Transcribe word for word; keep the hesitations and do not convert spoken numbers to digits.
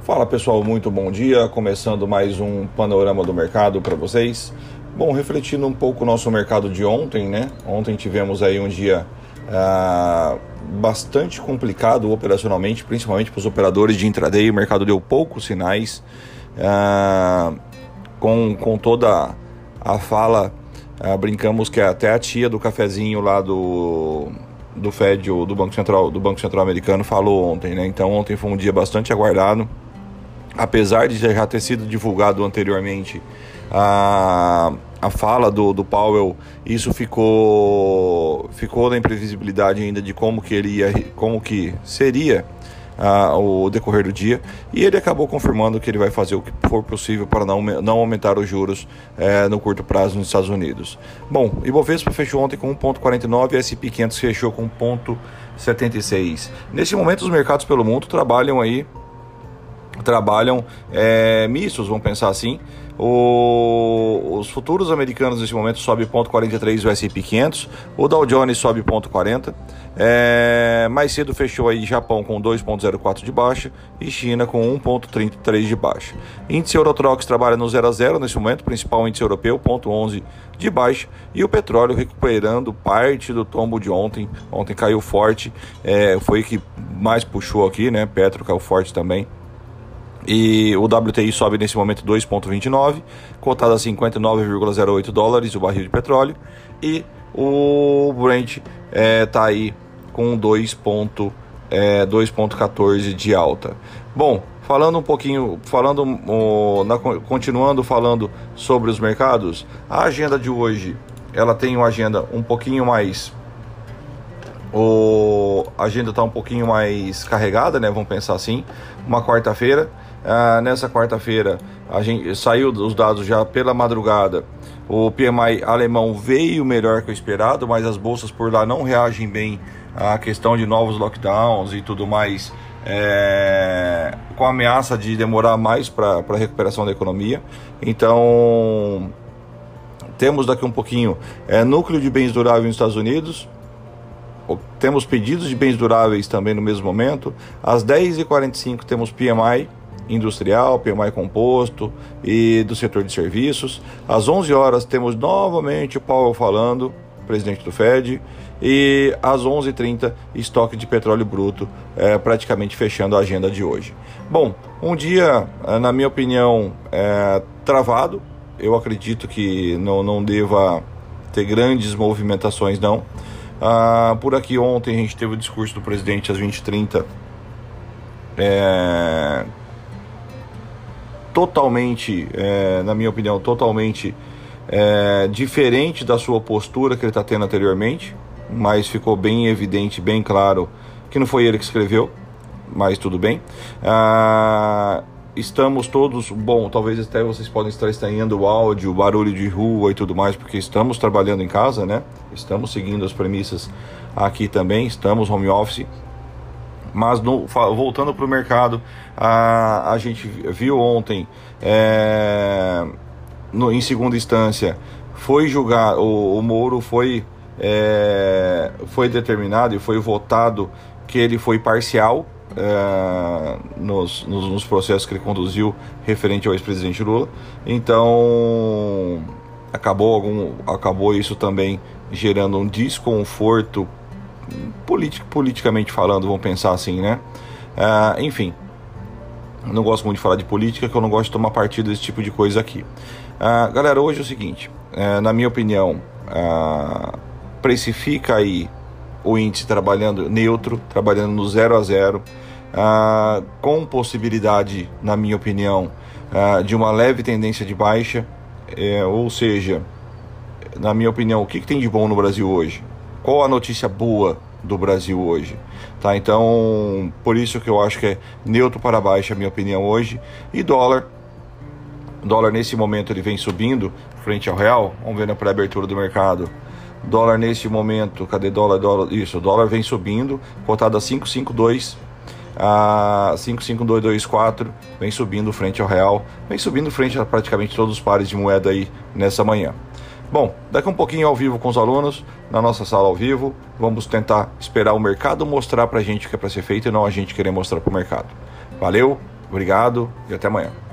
Fala pessoal, muito bom dia, começando mais um panorama do mercado para vocês. Bom, refletindo um pouco o nosso mercado de ontem, né? Ontem tivemos aí um dia ah, bastante complicado operacionalmente, principalmente para os operadores de intraday. O mercado deu poucos sinais, ah, com, com toda a fala, ah, brincamos que até a tia do cafezinho lá do... do Fed, ou do Banco Central, do Banco Central Americano, falou ontem, né? Então ontem foi um dia bastante aguardado, apesar de já ter sido divulgado anteriormente a, a fala do, do Powell. Isso ficou ficou na imprevisibilidade ainda de como que ele ia, como que seria a, o decorrer do dia, e ele acabou confirmando que ele vai fazer o que for possível para não, não aumentar os juros é, no curto prazo nos Estados Unidos. Bom, Ibovespa fechou ontem com um vírgula quarenta e nove, S e P quinhentos fechou com um vírgula setenta e seis. Nesse momento os mercados pelo mundo trabalham aí trabalham é, mistos, vamos pensar assim. O, os futuros americanos nesse momento sobem zero vírgula quarenta e três o S e P quinhentos, o Dow Jones sobe zero vírgula quarenta, é, mais cedo fechou aí Japão com dois vírgula zero quatro de baixa e China com um vírgula trinta e três de baixa. Índice Eurotrox trabalha no zero a zero nesse momento, principal índice europeu zero vírgula onze de baixa, e o petróleo recuperando parte do tombo de ontem. Ontem caiu forte, é, foi o que mais puxou aqui, né? Petro caiu forte também. E o W T I sobe nesse momento dois vírgula vinte e nove, cotado a cinquenta e nove vírgula zero oito dólares o barril de petróleo, e o Brent está é, aí com dois vírgula quatorze de alta. Bom, falando um pouquinho, falando, o, na, continuando falando sobre os mercados, a agenda de hoje, ela tem uma agenda um pouquinho mais... O, a agenda está um pouquinho mais carregada, né? Vamos pensar assim, uma quarta-feira. Ah, nessa quarta-feira a gente saiu os dados já pela madrugada. O P M I alemão veio melhor que o esperado, mas as bolsas por lá não reagem bem à questão de novos lockdowns e tudo mais, é, com a ameaça de demorar mais para a recuperação da economia. Então temos daqui um pouquinho é, núcleo de bens duráveis nos Estados Unidos. Temos pedidos de bens duráveis também no mesmo momento. Às dez e quarenta e cinco temos P M I industrial, P M I composto e do setor de serviços. Às onze horas temos novamente o Powell falando, presidente do Fed. E às onze e trinta estoque de petróleo bruto, é, praticamente fechando a agenda de hoje. Bom, um dia, na minha opinião, é, travado. Eu acredito que não, não deva ter grandes movimentações não. Ah, por aqui ontem a gente teve o discurso do presidente às vinte e trinta, é, totalmente, é, na minha opinião, totalmente é, diferente da sua postura que ele está tendo anteriormente, mas ficou bem evidente, bem claro que não foi ele que escreveu, mas tudo bem. Ah, Estamos todos, bom, talvez até vocês podem estar estranhando o áudio, o barulho de rua e tudo mais, porque estamos trabalhando em casa, né? Estamos seguindo as premissas aqui também, estamos home office. Mas no, voltando para o mercado, a, a gente viu ontem, é, no, em segunda instância, foi julgar, o, o Moro foi, é, foi determinado e foi votado que ele foi parcial, É, nos, nos, nos processos que ele conduziu referente ao ex-presidente Lula. Então acabou, algum, acabou isso também gerando um desconforto político, politicamente falando, vamos pensar assim, né? É, enfim, não gosto muito de falar de política, que eu não gosto de tomar partido desse tipo de coisa aqui. É, galera, hoje é o seguinte, é, na minha opinião, é, precifica aí o índice trabalhando neutro, trabalhando no zero a zero, ah, com possibilidade, na minha opinião, ah, de uma leve tendência de baixa, é, ou seja, na minha opinião, o que, que tem de bom no Brasil hoje? Qual a notícia boa do Brasil hoje? Tá, então, por isso que eu acho que é neutro para baixo a minha opinião hoje. E dólar, dólar nesse momento ele vem subindo frente ao real. Vamos ver na pré-abertura do mercado. Dólar neste momento, cadê dólar? Dólar, isso, dólar vem subindo, cotado a cinco vírgula cinquenta e dois, a cinco vírgula cinco dois dois quatro, vem subindo frente ao real, vem subindo frente a praticamente todos os pares de moeda aí nessa manhã. Bom, daqui um pouquinho ao vivo com os alunos, na nossa sala ao vivo, vamos tentar esperar o mercado mostrar pra gente o que é para ser feito e não a gente querer mostrar pro mercado. Valeu, Obrigado e até amanhã.